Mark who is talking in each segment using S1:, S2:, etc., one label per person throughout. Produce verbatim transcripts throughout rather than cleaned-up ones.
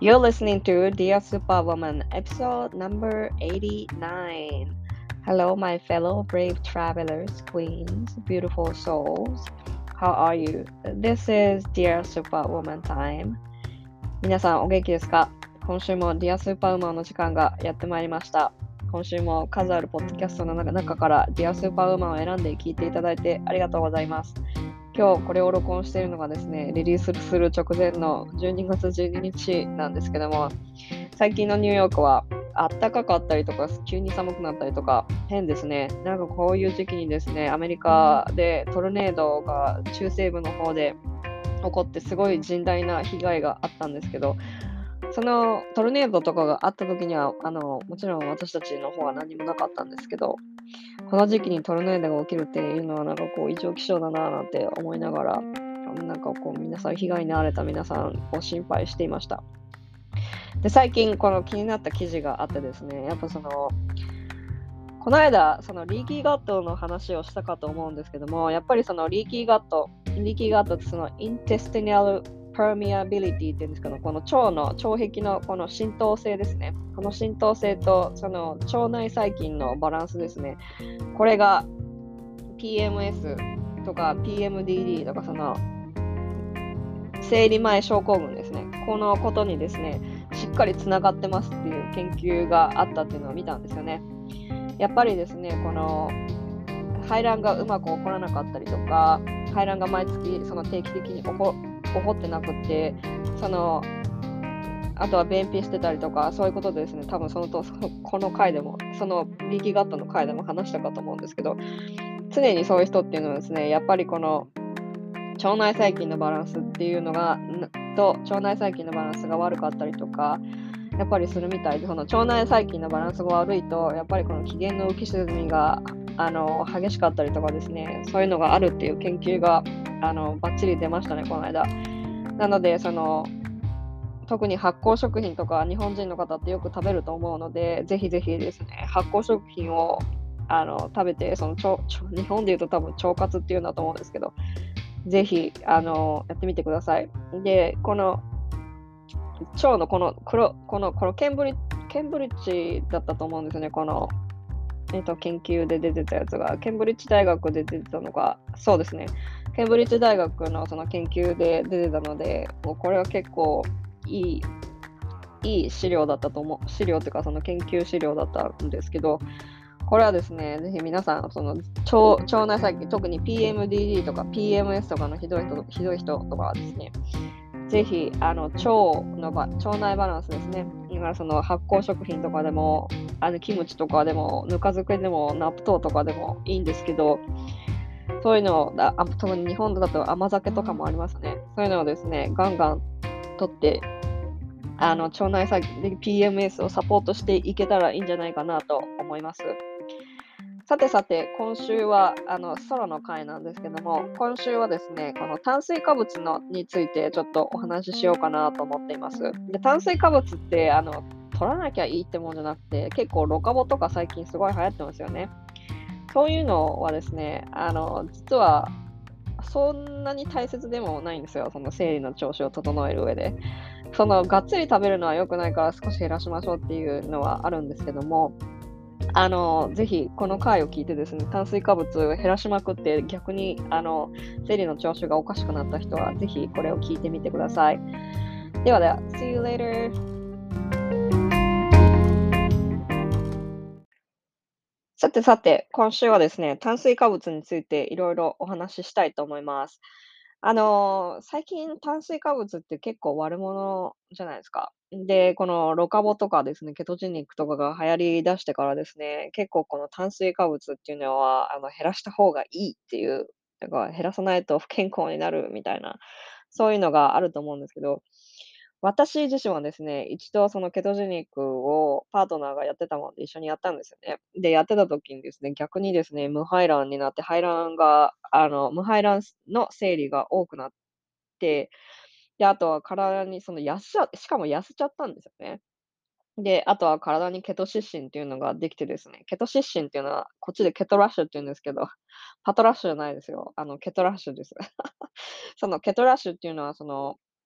S1: You're listening to Dear Superwoman, episode number eighty-nine. Hello, my fellow brave travelers, queens, beautiful souls. How are you? This is Dear Superwoman time. 皆さんお元気ですか？今週も Dear Superwoman の時間がやってまいりました。今週も数あるポッドキャストの中から Dear Superwoman を選んで聞いていただいてありがとうございます。今日これを録音しているのがですね、リリースする直前のじゅうにがつじゅうににちなんですけども、最近のニューヨークはあったかかったりとか、急に寒くなったりとか、変ですね。なんかこういう時期にですね、アメリカでトルネードが中西部の方で起こってすごい甚大な被害があったんですけど、そのトルネードとかがあった時にはあのもちろん私たちの方は何もなかったんですけど、この時期にトルネードが起きるっていうのはなんかこう異常気象だななんて思いながら、なんかこう皆さん被害に遭われた皆さんを心配していました。で、最近この気になった記事があってですね、やっぱそのこの間そのリーキーガットの話をしたかと思うんですけども、やっぱりそのリーキーガット、リーキーガットってそのインテスティナルpermeability っていうんですけど、この腸の腸壁のこの浸透性ですね。この浸透性とその腸内細菌のバランスですね。これが ピーエムエス とか ピーエムディーディー とかその生理前症候群ですね。このことにですね、しっかりつながってますっていう研究があったっていうのを見たんですよね。やっぱりですね、この排卵がうまく起こらなかったりとか、排卵が毎月その定期的に起こ起こってなくって、そのあとは便秘してたりとか、そういうことでですね、多分そのとこの回でも、そのリーキーガットの回でも話したかと思うんですけど、常にそういう人っていうのはですね、やっぱりこの腸内細菌のバランスっていうのがと腸内細菌のバランスが悪かったりとか、やっぱりするみたいで、その腸内細菌のバランスが悪いと、やっぱりこの機嫌の浮き沈みがあの激しかったりとかですね、そういうのがあるっていう研究があのバッチリ出ましたね、この間。なので、その特に発酵食品とか日本人の方ってよく食べると思うので、ぜひぜひですね、発酵食品をあの食べて、その腸日本でいうと多分腸活っていうんだと思うんですけど、ぜひあのやってみてください。で、この腸のこの黒このこのケンブリケンブリッジだったと思うんですよね。このえっと研究で出てたやつがケンブリッジ大学で出てたのが、そうですね。ケンブリッジ大学のその研究で出てたので、もうこれは結構いいいい資料だったと思う資料っていうかその研究資料だったんですけど、これはですね、ぜひ皆さんその腸腸内細菌、特に ピーエムディーディー とか ピーエムエス とかのひどい人ひどい人とかはですね、ぜひあの腸のば腸内バランスですね。今その発酵食品とかでも、あのキムチとかでも、ぬか漬けでも、納豆とかでもいいんですけど、そういうのをだあ特に日本だと甘酒とかもありますね。そういうのをですね、ガンガン取って、あの腸内細菌で ピーエムエス をサポートしていけたらいいんじゃないかなと思います。さてさて、今週はあのソロの回なんですけども、今週はですね、この炭水化物のについてちょっとお話ししようかなと思っています。で、炭水化物ってあの取らなきゃいいってもんじゃなくて、結構ロカボとか最近すごい流行ってますよね。そういうのはですね、あの実はそんなに大切でもないんですよ。その生理の調子を整える上で。そのがっつり食べるのは良くないから少し減らしましょうっていうのはあるんですけども、あの、ぜひこの回を聞いてですね、炭水化物を減らしまくって逆にあの生理の調子がおかしくなった人はぜひこれを聞いてみてください。ではでは、See you later! さてさて、今週はですね、炭水化物についていろいろお話ししたいと思います。あの、最近炭水化物って結構悪者じゃないですか。で、このロカボとかですね、ケトジェニックとかが流行り出してからですね、結構この炭水化物っていうのは、あの、減らした方がいいっていう、だから減らさないと不健康になるみたいな、そういうのがあると思うんですけど、私自身はですね、一度そのケトジェニックをパートナーがやってたもんで一緒にやったんですよね。で、やってた時にですね、逆にですね、無排卵になって排卵が、あの、無排卵の生理が多くなって、で、あとは体にその痩せちゃしかも痩せちゃったんですよね。で、あとは体にケト湿疹っていうのができてですね、ケト湿疹っていうのは、こっちでケトラッシュって言うんですけど、パトラッシュじゃないですよ。あの、ケトラッシュです。そのケトラッシュっていうのは、その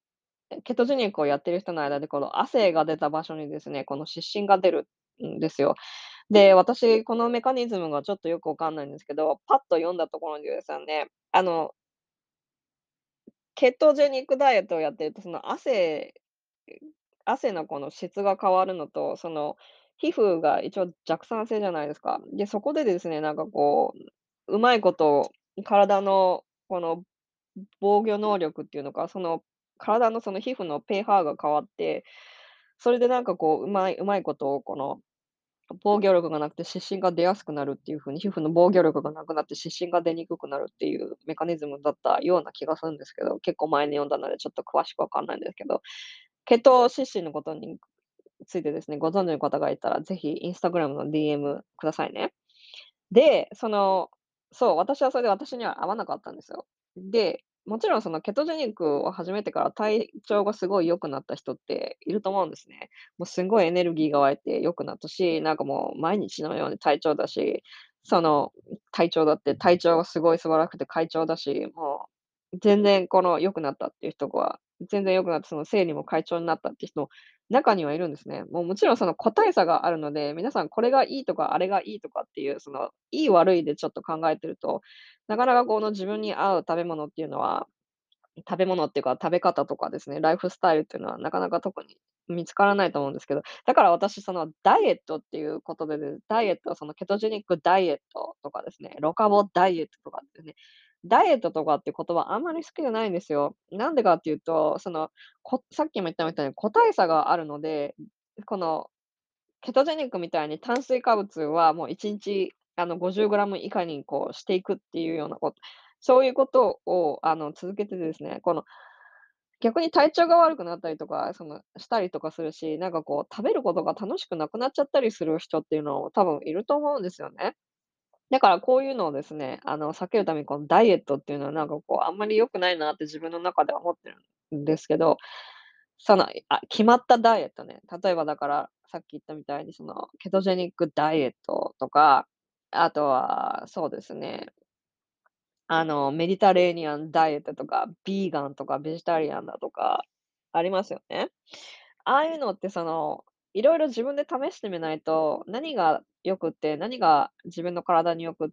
S1: ケトジェニックをやってる人の間で、この汗が出た場所にですね、この湿疹が出るんですよ。で、私、このメカニズムがちょっとよくわかんないんですけど、パッと読んだところにですね、あの、ケトジェニックダイエットをやってると、その汗汗のこの質が変わるのと、その皮膚が一応弱酸性じゃないですか。で、そこでですね、なんかこう、うまいこと体のこの防御能力っていうのか、その体のその皮膚の pH が変わって、それでなんかこう、うまいうまいことこの防御力がなくて湿疹が出やすくなるっていう風に、皮膚の防御力がなくなって湿疹が出にくくなるっていうメカニズムだったような気がするんですけど、結構前に読んだのでちょっと詳しくわかんないんですけど、ケト湿疹のことについてですね、ご存知の方がいたら、ぜひインスタグラムの ディーエム くださいね。で、その、そう、私はそれで私には合わなかったんですよ。で、もちろんそのケトジェニックを始めてから体調がすごい良くなった人っていると思うんですね。もうすんごいエネルギーが湧いて良くなったし、なんかもう毎日のように体調だし、その体調だって体調がすごい素晴らしくて快調だし、もう全然この良くなったっていう人は、全然良くなって、その生理も快調になったっていう人中にはいるんですね。もうもちろんその個体差があるので、皆さんこれがいいとか、あれがいいとかっていう、その、いい悪いでちょっと考えてると、なかなかこの自分に合う食べ物っていうのは、食べ物っていうか食べ方とかですね、ライフスタイルっていうのはなかなか特に見つからないと思うんですけど、だから私そのダイエットっていうことでで、ダイエットはそのケトジェニックダイエットとかですね、ロカボダイエットとかですね、ダイエットとかっていう言葉あんまり好きじゃないんですよ。なんでかっていうと、その、こさっきも言ったみたいに個体差があるので、このケトジェニックみたいに炭水化物はもういちにちあのごじゅうグラム以下にこうしていくっていうようなこと、そういうことをあの続けてですね、この逆に体調が悪くなったりとか、そのしたりとかするし、なんかこう食べることが楽しくなくなっちゃったりする人っていうの多分いると思うんですよね。だからこういうのをですね、あの避けるためにこのダイエットっていうのはなんかこうあんまり良くないなって自分の中では思ってるんですけど、その、あ、決まったダイエットね。例えばだから、さっき言ったみたいにその、ケトジェニックダイエットとか、あとは、そうですね、あの、メディタレーニアンダイエットとか、ビーガンとかベジタリアンだとか、ありますよね。ああいうのってその、いろいろ自分で試してみないと、何が良くって、何が自分の体に良くって、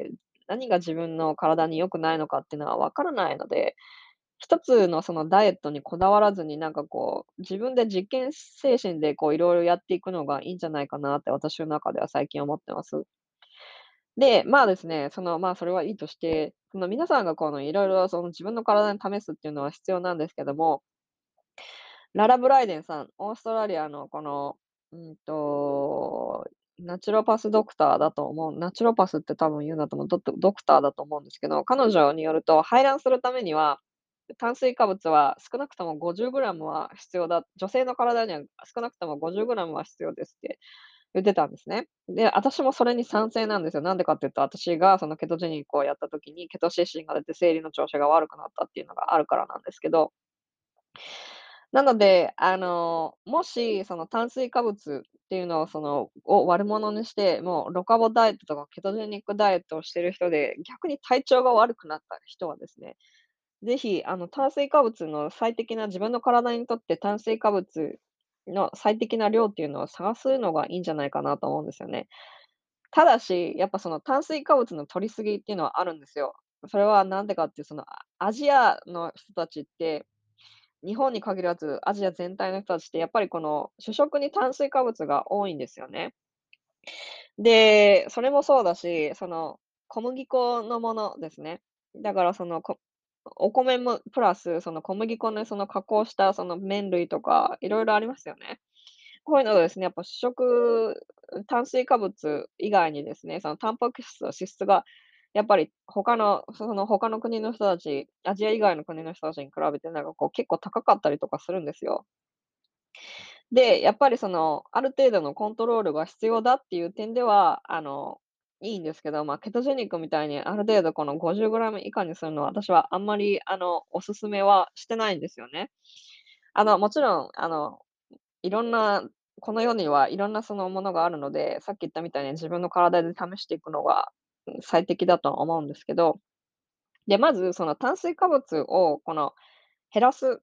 S1: 何が自分の体に良くないのかっていうのは分からないので、一つのそのダイエットにこだわらずに、なんかこう、自分で実験精神でこういろいろやっていくのがいいんじゃないかなって私の中では最近思ってます。で、まあですね、その、まあ、それはいいとして、その皆さんがこのいろいろその自分の体に試すっていうのは必要なんですけども、ララ・ブライデンさん、オーストラリアのこの、うんと、ナチュロパスドクターだと思うナチュロパスって多分言うんだと思う、ドドクターだと思うんですけど、彼女によると、排卵するためには、炭水化物は少なくともごじゅうグラムは必要だ、女性の体には少なくともごじゅうグラムは必要ですって言ってたんですね。で、私もそれに賛成なんですよ。なんでかっていうと、私がそのケトジェニックをやった時に、ケトシシンが出て生理の調子が悪くなったっていうのがあるからなんですけど、なので、あの、もし、その炭水化物っていうのを、その、を悪者にして、もうロカボダイエットとかケトジェニックダイエットをしてる人で、逆に体調が悪くなった人はですね、ぜひ、あの、炭水化物の最適な自分の体にとって炭水化物の最適な量っていうのを探すのがいいんじゃないかなと思うんですよね。ただし、やっぱその炭水化物の摂りすぎっていうのはあるんですよ。それはなんでかっていう、その、あアジアの人たちって日本に限らず、アジア全体の人たちってやっぱりこの主食に炭水化物が多いんですよね。で、それもそうだし、その小麦粉のものですね。だからその、こお米もプラス、その小麦粉のその加工したその麺類とかいろいろありますよね。こういうのをですね、やっぱ主食、炭水化物以外にですね、そのタンパク質と脂質がやっぱり他のその他の国の人たち、アジア以外の国の人たちに比べてなんかこう結構高かったりとかするんですよ。で、やっぱりその、ある程度のコントロールが必要だっていう点では、あの、いいんですけど、まあ、ケトジェニックみたいにある程度このごじゅうグラム以下にするのは、私はあんまり、あの、お勧めはしてないんですよね。あの、もちろん、あの、いろんな、この世にはいろんなそのものがあるので、さっき言ったみたいに自分の体で試していくのが、うん、最適だとは思うんですけど、で、まずその炭水化物をこの減らすっ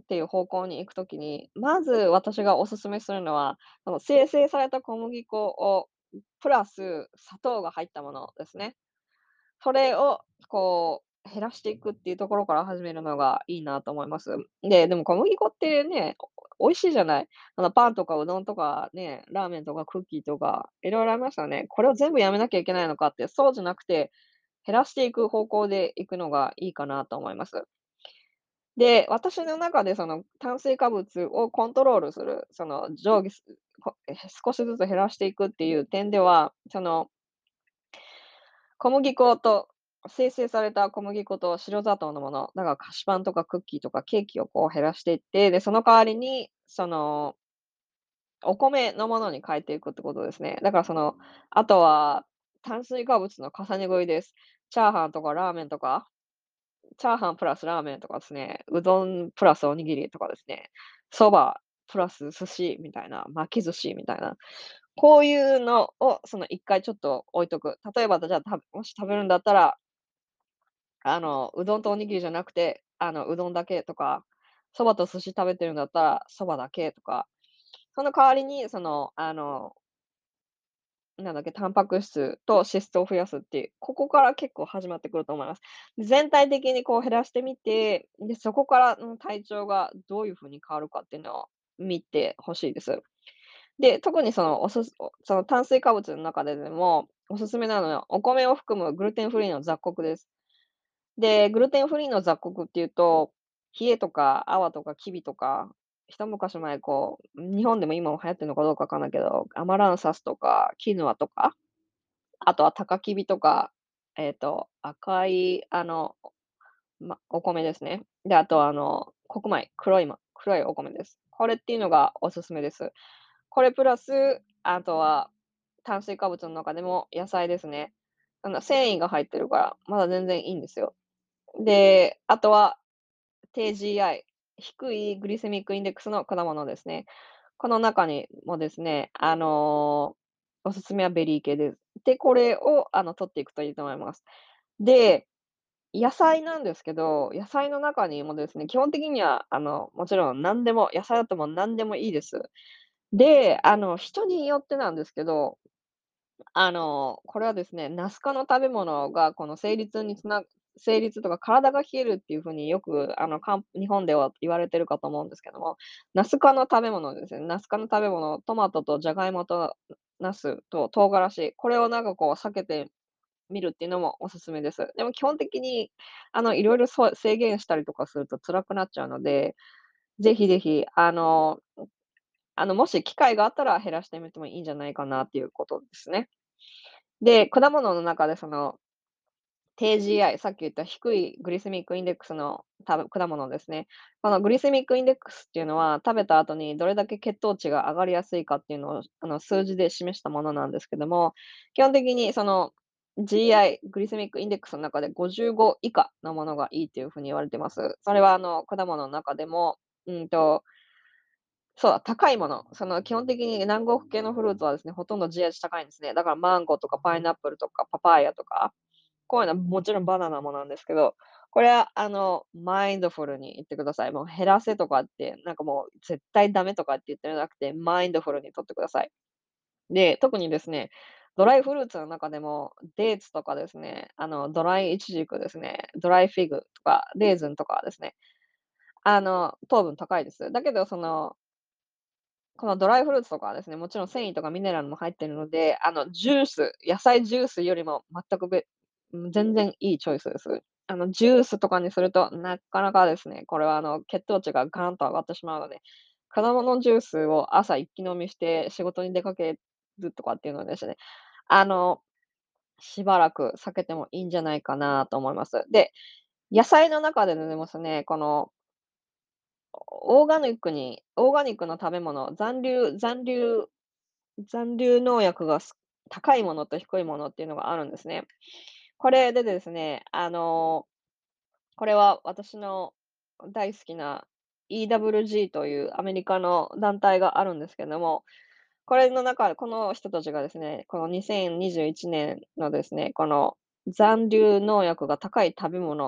S1: っていう方向に行くときに、まず私がお勧めするのは、その精製された小麦粉をプラス砂糖が入ったものですね。それをこう減らしていくっていうところから始めるのがいいなと思います。で、でも小麦粉ってね、お美味しいじゃない。あのパンとかうどんとかね、ラーメンとかクッキーとか、いろいろありますよね。これを全部やめなきゃいけないのかって、そうじゃなくて、減らしていく方向で行くのがいいかなと思います。で、私の中でその炭水化物をコントロールする、その上下すこえ、少しずつ減らしていくっていう点では、その小麦粉と精製された小麦粉と白砂糖のもの、だから菓子パンとかクッキーとかケーキをこう減らしていって、で、その代わりに、その、お米のものに変えていくってことですね。だからその、あとは炭水化物の重ね食いです。チャーハンとかラーメンとかチャーハンプラスラーメンとかですね、うどんプラスおにぎりとかですね、そばプラス寿司みたいな、巻き寿司みたいな、こういうのをそのいっかいちょっと置いとく。例えば、じゃあ、たもし食べるんだったら、あの、うどんとおにぎりじゃなくて、あの、うどんだけとか、そばと寿司食べてるんだったら、そばだけとか、その代わりに、その、あのなんだっけ、タンパク質と脂質を増やすっていう、ここから結構始まってくると思います。全体的にこう減らしてみて、で、そこからの体調がどういう風に変わるかっていうのを見て欲しいです。で、特にその、おすすおその炭水化物の中ででも、おすすめなのは、お米を含むグルテンフリーの雑穀です。で、グルテンフリーの雑穀っていうと、冷えとか泡とかきびとか、一昔前こう、日本でも今も流行ってるのかどうかわかんないけど、アマランサスとかキヌアとかあとは高きびとか、えっと、赤い、あの、ま、お米ですね。で、あとはあの、黒米、黒いま黒いお米です。これっていうのがおすすめです。これプラス、あとは炭水化物の中でも野菜ですね。あの、繊維が入ってるから、まだ全然いいんですよ。で、あとは低 ジーアイ、低いグリセミックインデックスの果物ですね。この中にもですね、あの、おすすめはベリー系です。で、これをあの、取っていくといいと思います。で、野菜なんですけど、野菜の中にもですね、基本的にはあの、もちろん何でも野菜だともう何でもいいです。で、あの、人によってなんですけど、あの、これはですね、ナス科の食べ物がこの生理痛につな生理痛とか体が冷えるっていう風によくあの、かん日本では言われてるかと思うんですけども、ナス科の食べ物ですね。ナス科の食べ物、トマトとジャガイモとナスと唐辛子、これをなんかこう避けてみるっていうのもおすすめです。でも基本的にあの、いろいろそう制限したりとかすると辛くなっちゃうので、ぜひぜひあのあの、もし機会があったら減らしてみてもいいんじゃないかなっていうことですね。で、果物の中でその、低 ジーアイ、さっき言った低いグリセミックインデックスのたぶ果物ですね。このグリセミックインデックスっていうのは、食べた後にどれだけ血糖値が上がりやすいかっていうのを、あの、数字で示したものなんですけども、基本的にその ジーアイ、グリセミックインデックスの中でごじゅうご以下のものがいいっていう風に言われてます。それはあの、果物の中でも、うんとそう、高いもの。その基本的に南国系のフルーツはですね、ほとんど ジーアイ 値高いんですね。だからマンゴーとかパイナップルとかパパイヤとか、こういうのはもちろんバナナもなんですけど、これはあの、マインドフルに言ってください。もう減らせとかって、なんかもう絶対ダメとかって言ってるんじゃなくて、マインドフルに取ってください。で、特にですね、ドライフルーツの中でも、デーツとかですね、あの、ドライイチジクですね、ドライフィグとか、レーズンとかですね、あの、糖分高いです。だけどそのこのドライフルーツとかはですね、もちろん繊維とかミネラルも入ってるので、あの、ジュース、野菜ジュースよりも全くべうん、全然いいチョイスです。あの、ジュースとかにすると、なかなかですね、これはあの、血糖値がガーンと上がってしまうので、果物ジュースを朝一気飲みして仕事に出かけるとかっていうのはですね、あの、しばらく避けてもいいんじゃないかなと思います。で、野菜の中ででもですね、このオーガニックにオーガニックの食べ物、残留残留残留農薬がす高いものと低いものっていうのがあるんですね。これでですね、あの、これは私の大好きな イーダブリュージー というアメリカの団体があるんですけども、これの中で、この人たちがですね、このにせんにじゅういちねんのですね、この残留農薬が高い食べ物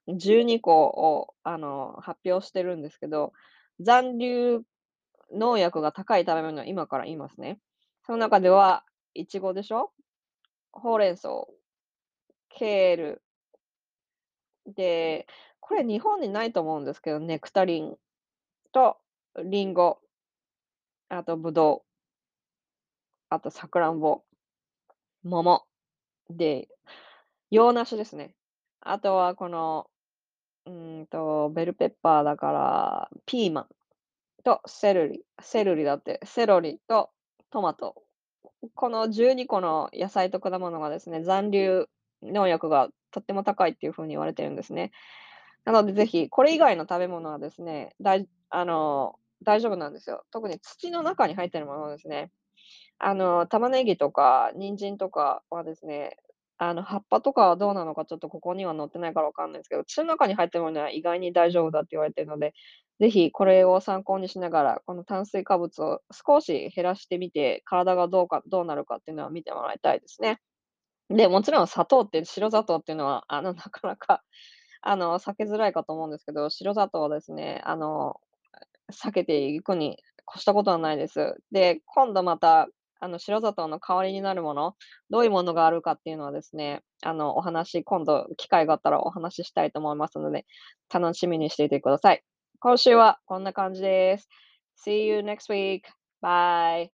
S1: じゅうにこをあの発表してるんですけど、残留農薬が高い食べ物を今から言いますね。その中では、いちごでしょ、ほうれん草、ケール、で、これ日本にないと思うんですけど、ネクタリンとリンゴ、あとブドウ、あとさくらんぼ、桃、で、洋梨ですね。あとはこの、うーんと、ベルペッパーだから、ピーマンとセロリセロリだって、セロリとトマト。このじゅうにこの野菜と果物がですね、残留農薬がとっても高いっていう風に言われてるんですね。なのでぜひ、これ以外の食べ物はですね、だいあの、大丈夫なんですよ。特に土の中に入っているものですね。あの、玉ねぎとか人参とかはですね、あの、葉っぱとかはどうなのかちょっとここには載ってないからわかんないですけど、土の中に入ってるものは意外に大丈夫だって言われているので、ぜひこれを参考にしながら、この炭水化物を少し減らしてみて、体がどうかどうなるかっていうのは見てもらいたいですね。で、もちろん砂糖って白砂糖っていうのは、あの、なかなか、あの、避けづらいかと思うんですけど、白砂糖はですね、あの避けていくに越したことはないです。で、今度また、あの、白砂糖の代わりになるもの、どういうものがあるかっていうのはですね、あの、お話、今度機会があったらお話ししたいと思いますので、楽しみにしていてください。今週はこんな感じです。See you next week. Bye.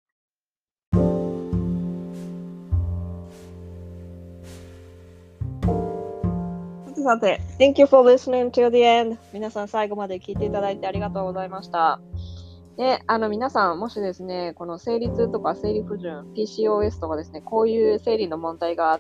S1: さてさて、Thank you for listening to the end. 皆さん最後まで聞いていただいてありがとうございました。で、あの皆さん、もしですね、この生理痛とか生理不順、ピーシーオーエス とかですね、こういう生理の問題があって、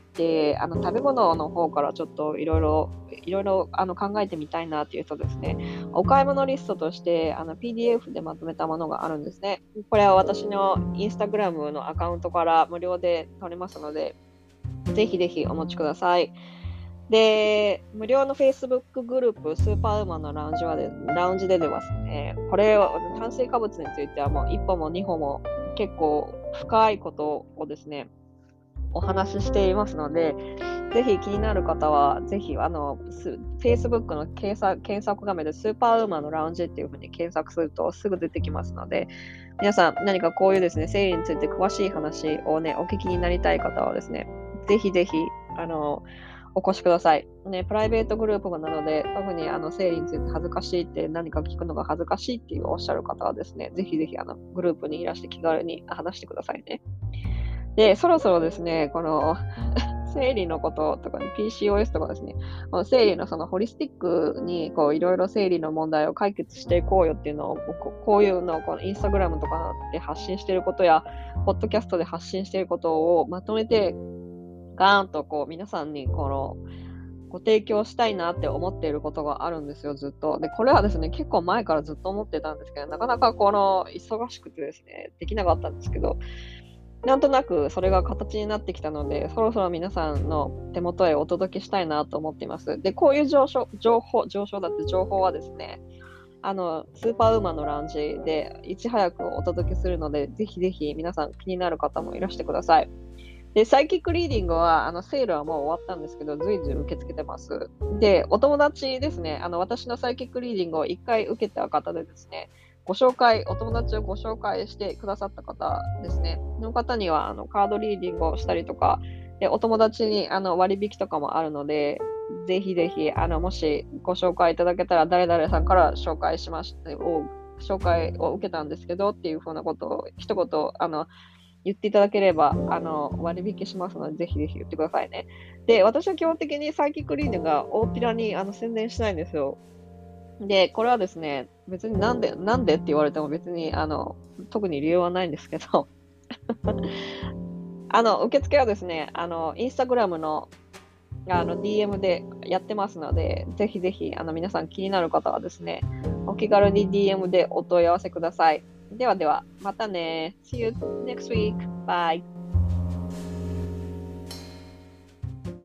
S1: あの食べ物の方からちょっといろいろ、いろいろあの考えてみたいなっていう人ですね、お買い物リストとしてあの ピーディーエフ でまとめたものがあるんですね。これは私のインスタグラムのアカウントから無料で取れますので、ぜひぜひお持ちください。で、無料の Facebook グループ、スーパーウーマンのラウンジはで、ラウンジで出ますね。これを、炭水化物についてはもう一歩も二歩も結構深いことをですね、お話ししていますので、ぜひ気になる方は、ぜひ、あの、Facebook の検索検索画面でスーパーウーマンのラウンジっていう風に検索するとすぐ出てきますので、皆さん何かこういうですね、生理について詳しい話をね、お聞きになりたい方はですね、ぜひぜひ、あの、お越しください。ね、プライベートグループなので、特にあの生理について恥ずかしいって何か聞くのが恥ずかしいっていうおっしゃる方はですね、ぜひぜひあのグループにいらして気軽に話してくださいね。で、そろそろですね、この生理のこととか、ね、ピーシーオーエス とかですね、この生理のそのホリスティックにこういろいろ生理の問題を解決していこうよっていうのを、ここういうのをこのインスタグラムとかで発信していることや、ポッドキャストで発信していることをまとめて、ガーンとこう皆さんにこのご提供したいなって思っていることがあるんですよ、ずっと。で、これはですね、結構前からずっと思ってたんですけど、なかなかこの忙しくてですね、できなかったんですけど、なんとなくそれが形になってきたので、そろそろ皆さんの手元へお届けしたいなと思っています。で、こういう上昇情報、上昇だって情報はですね、あの、スーパーウーマンのラウンジでいち早くお届けするので、ぜひぜひ皆さん気になる方もいらしてください。で、サイキックリーディングは、あの、セールはもう終わったんですけど、随時受け付けてます。で、お友達ですね、あの、私のサイキックリーディングをいっかい受けた方でですね、ご紹介、お友達をご紹介してくださった方ですね、の方には、あの、カードリーディングをしたりとか、で、お友達に、あの、割引とかもあるので、ぜひぜひ、あの、もしご紹介いただけたら、誰々さんから紹介しました、を、紹介を受けたんですけどっていうふうなことを一言、あの、言っていただければ、あの、割引しますので、ぜひぜひ言ってくださいね。で、私は基本的にサイキックリーディングが大っぴらにあの宣伝しないんですよ。で、これはですね、別になんで、なんでって言われても別に、あの、特に理由はないんですけど、あの、受付はですね、あの、インスタグラムの、あの、ディーエム でやってますので、ぜひぜひ、あの、皆さん気になる方はですね、お気軽に ディーエム でお問い合わせください。ではでは、またね。See you next week. Bye.